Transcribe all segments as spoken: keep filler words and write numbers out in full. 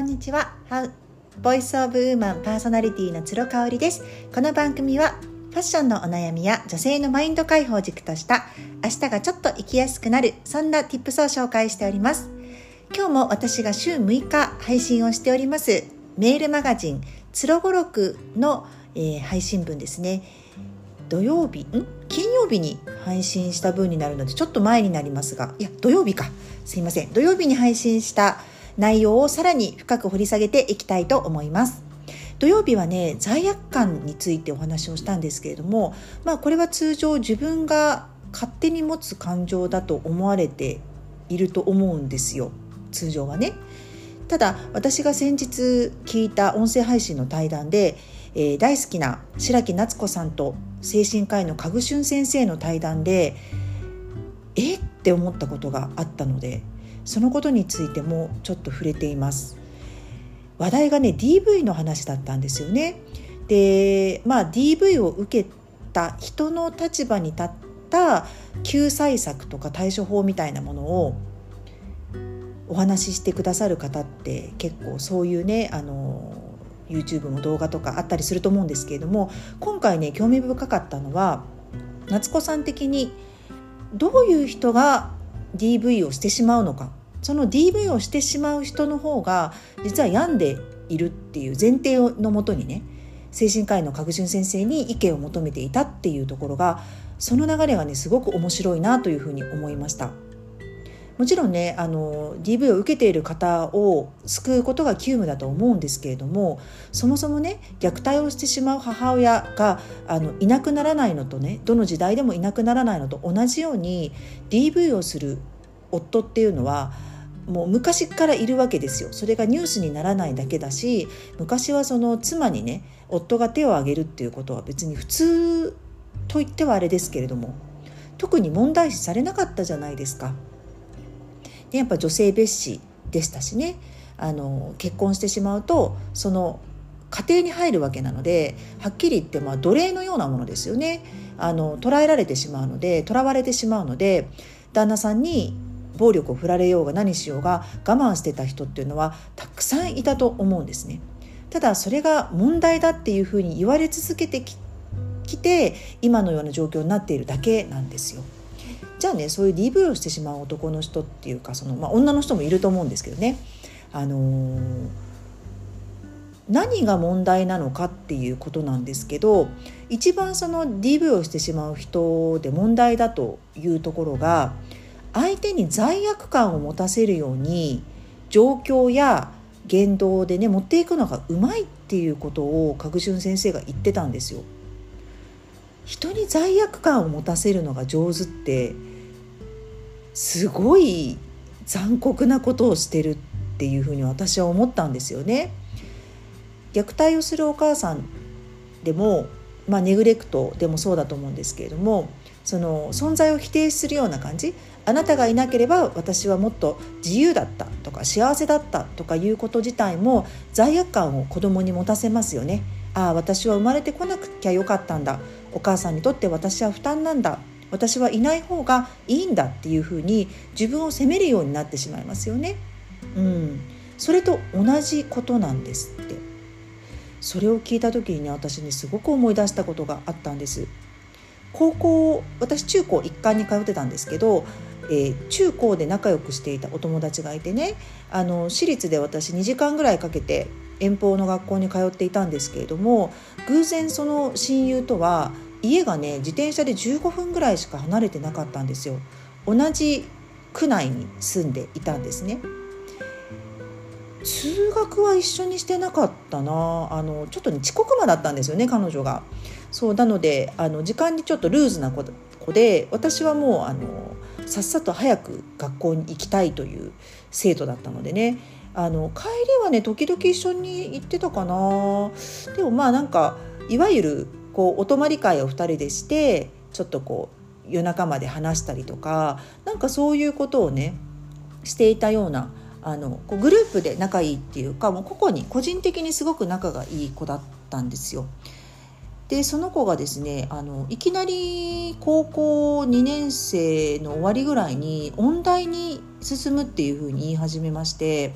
んにちは。ボイスオブウーマンパーソナリティの鶴香織です。この番組はファッションのお悩みや女性のマインド解放を軸とした明日がちょっと生きやすくなる、そんな Tips を紹介しております。今日も私が週むいか配信をしておりますメールマガジンつろごろくの、えー、配信分ですね。土曜日ん金曜日に配信した分になるのでちょっと前になりますが、いや土曜日かすいません土曜日に配信した内容をさらに深く掘り下げていきたいと思います。土曜日はね、罪悪感についてお話をしたんですけれども、まあこれは通常自分が勝手に持つ感情だと思われていると思うんですよ、通常はね。ただ私が先日聞いた音声配信の対談で、えー、大好きな白木夏子さんと精神科医のかぐしゅん先生の対談でえって思ったことがあったので、そのことについてもちょっと触れています。話題がね ディーブイ の話だったんですよね。で、まあ ディーブイ を受けた人の立場に立った救済策とか対処法みたいなものをお話ししてくださる方って結構そういうね、あの YouTube の動画とかあったりすると思うんですけれども、今回ね興味深かったのは、夏子さん的にどういう人が ディーブイ をしてしまうのか、その ディーブイ をしてしまう人の方が実は病んでいるっていう前提のもとにね、精神科医のかぐしゅん先生に意見を求めていたっていうところが、その流れがねすごく面白いなというふうに思いました。もちろんね、あの ディーブイ を受けている方を救うことが急務だと思うんですけれども、そもそもね虐待をしてしまう母親があのいなくならないのとね、どの時代でもいなくならないのと同じように ディーブイ をする夫っていうのはもう昔からいるわけですよ。それがニュースにならないだけだし、昔はその妻にね夫が手を挙げるっていうことは別に普通と言ってはあれですけれども、特に問題視されなかったじゃないですか。でやっぱ女性蔑視でしたしね、あの結婚してしまうとその家庭に入るわけなので、はっきり言ってまあ奴隷のようなものですよね。あの捕らえられてしまうので、囚われてしまうので、旦那さんに暴力を振られようが何しようが我慢してた人っていうのはたくさんいたと思うんですね。ただそれが問題だっていうふうに言われ続けてき、きて今のような状況になっているだけなんですよ。じゃあね、そういう ディーブイ をしてしまう男の人っていうか、その、まあ、女の人もいると思うんですけどね、あのー、何が問題なのかっていうことなんですけど、一番その ディーブイ をしてしまう人で問題だというところが、相手に罪悪感を持たせるように状況や言動でね持っていくのがうまいっていうことをかぐしゅん先生が言ってたんですよ。人に罪悪感を持たせるのが上手ってすごい残酷なことをしてるっていうふうに私は思ったんですよね。虐待をするお母さんでも、まあ、ネグレクトでもそうだと思うんですけれども、その存在を否定するような感じ、あなたがいなければ私はもっと自由だったとか幸せだったとかいうこと自体も罪悪感を子供に持たせますよね。ああ、私は生まれてこなきゃよかったんだ、お母さんにとって私は負担なんだ、私はいない方がいいんだっていうふうに自分を責めるようになってしまいますよね。うん、それと同じことなんですって。それを聞いた時に、ね、私にすごく思い出したことがあったんです。高校、私中高一貫に通ってたんですけど、えー、中高で仲良くしていたお友達がいてね、あの私立で私にじかんぐらいかけて遠方の学校に通っていたんですけれども、偶然その親友とは家がね自転車でじゅうごふんぐらいしか離れてなかったんですよ。同じ区内に住んでいたんですね。通学は一緒にしてなかったな。あのちょっとね遅刻魔だったんですよね、彼女が。そうなので、あの時間にちょっとルーズな子で、私はもうあのさっさと早く学校に行きたいという生徒だったのでね、あの帰りはね時々一緒に行ってたかな。でもまあなんかいわゆるこうお泊まり会をふたりでして、ちょっとこう夜中まで話したりとか、なんかそういうことをねしていたような、あのこうグループで仲いいっていうか、もう個々に個人的にすごく仲がいい子だったんですよ。でその子がですね、あのいきなり高校にねん生の終わりぐらいに音大に進むっていうふうに言い始めまして、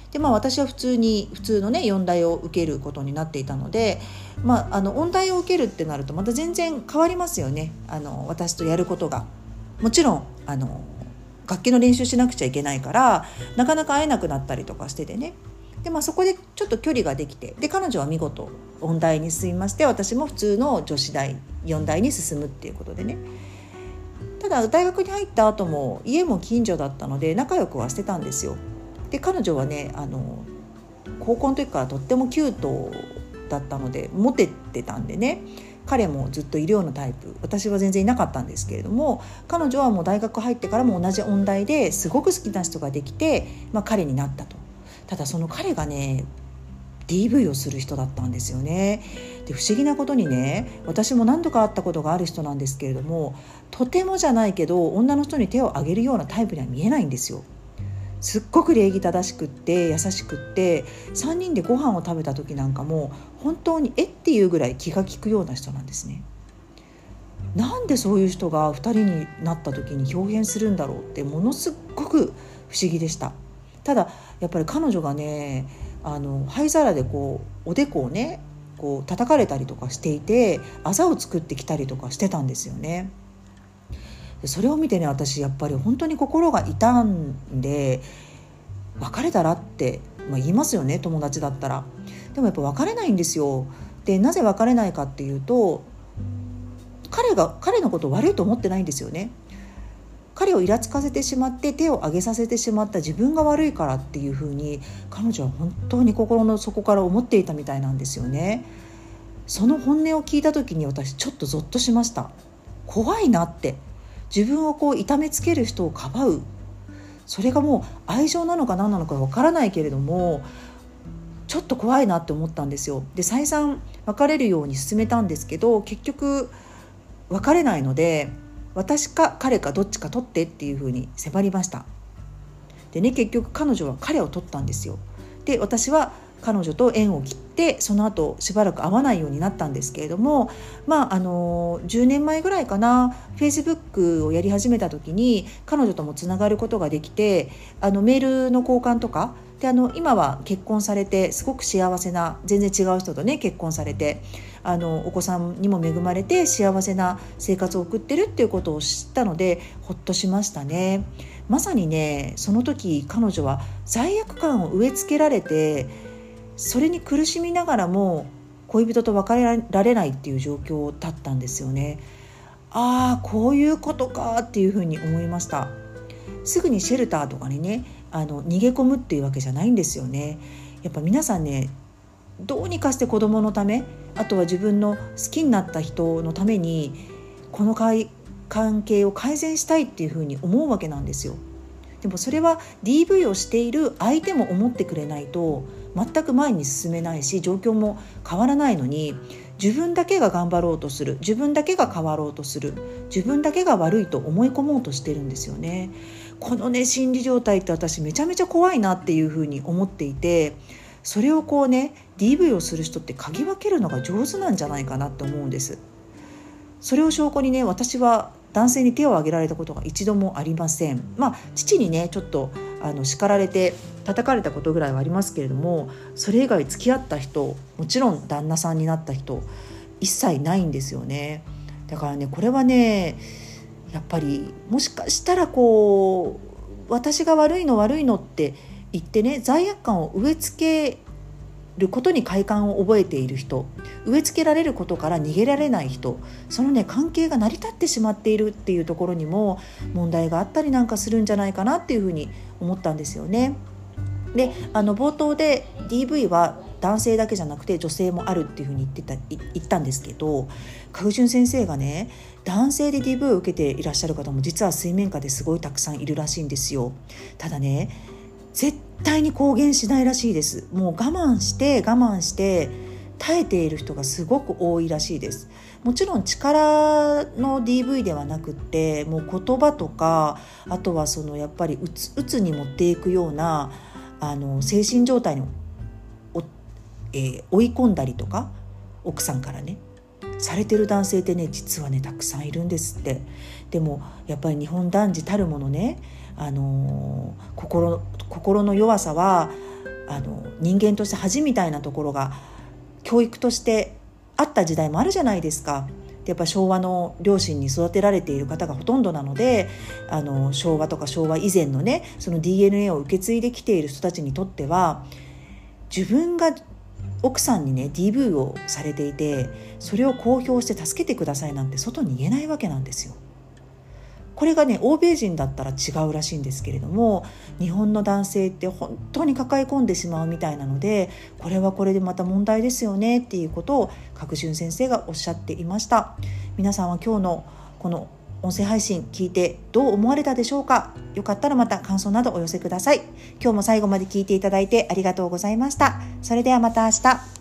で、まあ、私は普通に普通のねよん代を受けることになっていたので、まあ、あの音大を受けるってなるとまた全然変わりますよね。あの私とやることがもちろんあの楽器の練習しなくちゃいけないからなかなか会えなくなったりとかしててね。で、まあ、そこでちょっと距離ができて、で彼女は見事音大に進みまして、私も普通の女子大よん代に進むっていうことでね。ただ大学に入った後も家も近所だったので仲良くはしてたんですよ。で彼女はねあの高校の時からとってもキュートだったのでモテてたんでね、彼もずっといるようなタイプ、私は全然いなかったんですけれども、彼女はもう大学入ってからも同じ音大ですごく好きな人ができて、まあ、彼になったと。ただその彼がね ディーブイ をする人だったんですよね。で不思議なことにね、私も何度か会ったことがある人なんですけれども、とてもじゃないけど女の人に手を挙げるようなタイプには見えないんですよ。すっごく礼儀正しくって優しくって、さんにんでご飯を食べた時なんかも本当にえっていうぐらい気が利くような人なんですね。なんでそういう人がふたりになった時に表現するんだろうってものすっごく不思議でした。ただやっぱり彼女がねあの灰皿でこうおでこをねこう叩かれたりとかしていて、あざを作ってきたりとかしてたんですよね。でそれを見てね、私やっぱり本当に心が痛んで、別れたらって、まあ、言いますよね、友達だったら。でもやっぱ別れないんですよ。でなぜ別れないかっていうと、彼が彼のことを悪いと思ってないんですよね。彼をイラつかせてしまって手を挙げさせてしまった自分が悪いからっていうふうに彼女は本当に心の底から思っていたみたいなんですよね。その本音を聞いた時に私ちょっとゾッとしました。怖いなって。自分をこう痛めつける人をかばう、それがもう愛情なのか何なのかわからないけれどもちょっと怖いなって思ったんですよ。で再三別れるように進めたんですけど、結局別れないので、私か彼かどっちか取ってっていう風に迫りました。でね、結局彼女は彼を取ったんですよ。で私は彼女と縁を切ってその後しばらく会わないようになったんですけれども、まああのじゅうねんまえぐらいかな、Facebook をやり始めた時に彼女ともつながることができて、あのメールの交換とかで、あの今は結婚されてすごく幸せな、全然違う人とね結婚されて、あのお子さんにも恵まれて幸せな生活を送ってるっていうことを知ったのでほっとしましたね。まさにねその時彼女は罪悪感を植え付けられて、それに苦しみながらも恋人と別れられないっていう状況だったんですよね。ああこういうことかっていうふうに思いました。すぐにシェルターとかにねあの逃げ込むっていうわけじゃないんですよね。やっぱ皆さんね、どうにかして子供のため、あとは自分の好きになった人のためにこの関係を改善したいっていうふうに思うわけなんですよ。でもそれは ディーブイ をしている相手も思ってくれないと全く前に進めないし、状況も変わらないのに、自分だけが頑張ろうとする、自分だけが変わろうとする、自分だけが悪いと思い込もうとしてるんですよね。このね心理状態って私めちゃめちゃ怖いなっていうふうに思っていて、それをこうね ディーブイ をする人って嗅ぎ分けるのが上手なんじゃないかなって思うんです。それを証拠にね、私は男性に手を挙げられたことが一度もありません。まあ父にねちょっとあの叱られて叩かれたことぐらいはありますけれども、それ以外付き合った人、もちろん旦那さんになった人一切ないんですよね。だからねこれはねやっぱりもしかしたらこう私が悪いの悪いのって言ってね罪悪感を植え付けることに快感を覚えている人、植え付けられることから逃げられない人、そのね関係が成り立ってしまっているっていうところにも問題があったりなんかするんじゃないかなっていうふうに思ったんですよね。であの冒頭で ディーブイ は男性だけじゃなくて女性もあるっていうふうに言ってた言ったんですけど、角順先生がね男性で ディーブイ を受けていらっしゃる方も実は水面下ですごいたくさんいるらしいんですよ。ただね絶対に公言しないらしいです。もう我慢して我慢して耐えている人がすごく多いらしいです。もちろん力の ディーブイ ではなくってもう言葉とか、あとはそのやっぱりうつ、うつに持っていくようなあの精神状態に、えー、追い込んだりとか奥さんからねされてる男性ってね実はねたくさんいるんですって。でもやっぱり日本男児たるものね、あのー、心、心の弱さはあの人間として恥みたいなところが教育としてあった時代もあるじゃないですか。でやっぱ昭和の両親に育てられている方がほとんどなので、あの昭和とか昭和以前のねその ディーエヌエー を受け継いできている人たちにとっては、自分が奥さんにね ディーブイ をされていて、それを公表して助けてくださいなんて外に言えないわけなんですよ。これがね欧米人だったら違うらしいんですけれども、日本の男性って本当に抱え込んでしまうみたいなので、これはこれでまた問題ですよねっていうことを角淳先生がおっしゃっていました。皆さんは今日のこの音声配信聞いてどう思われたでしょうか。よかったらまた感想などお寄せください。今日も最後まで聞いていただいてありがとうございました。それではまた明日。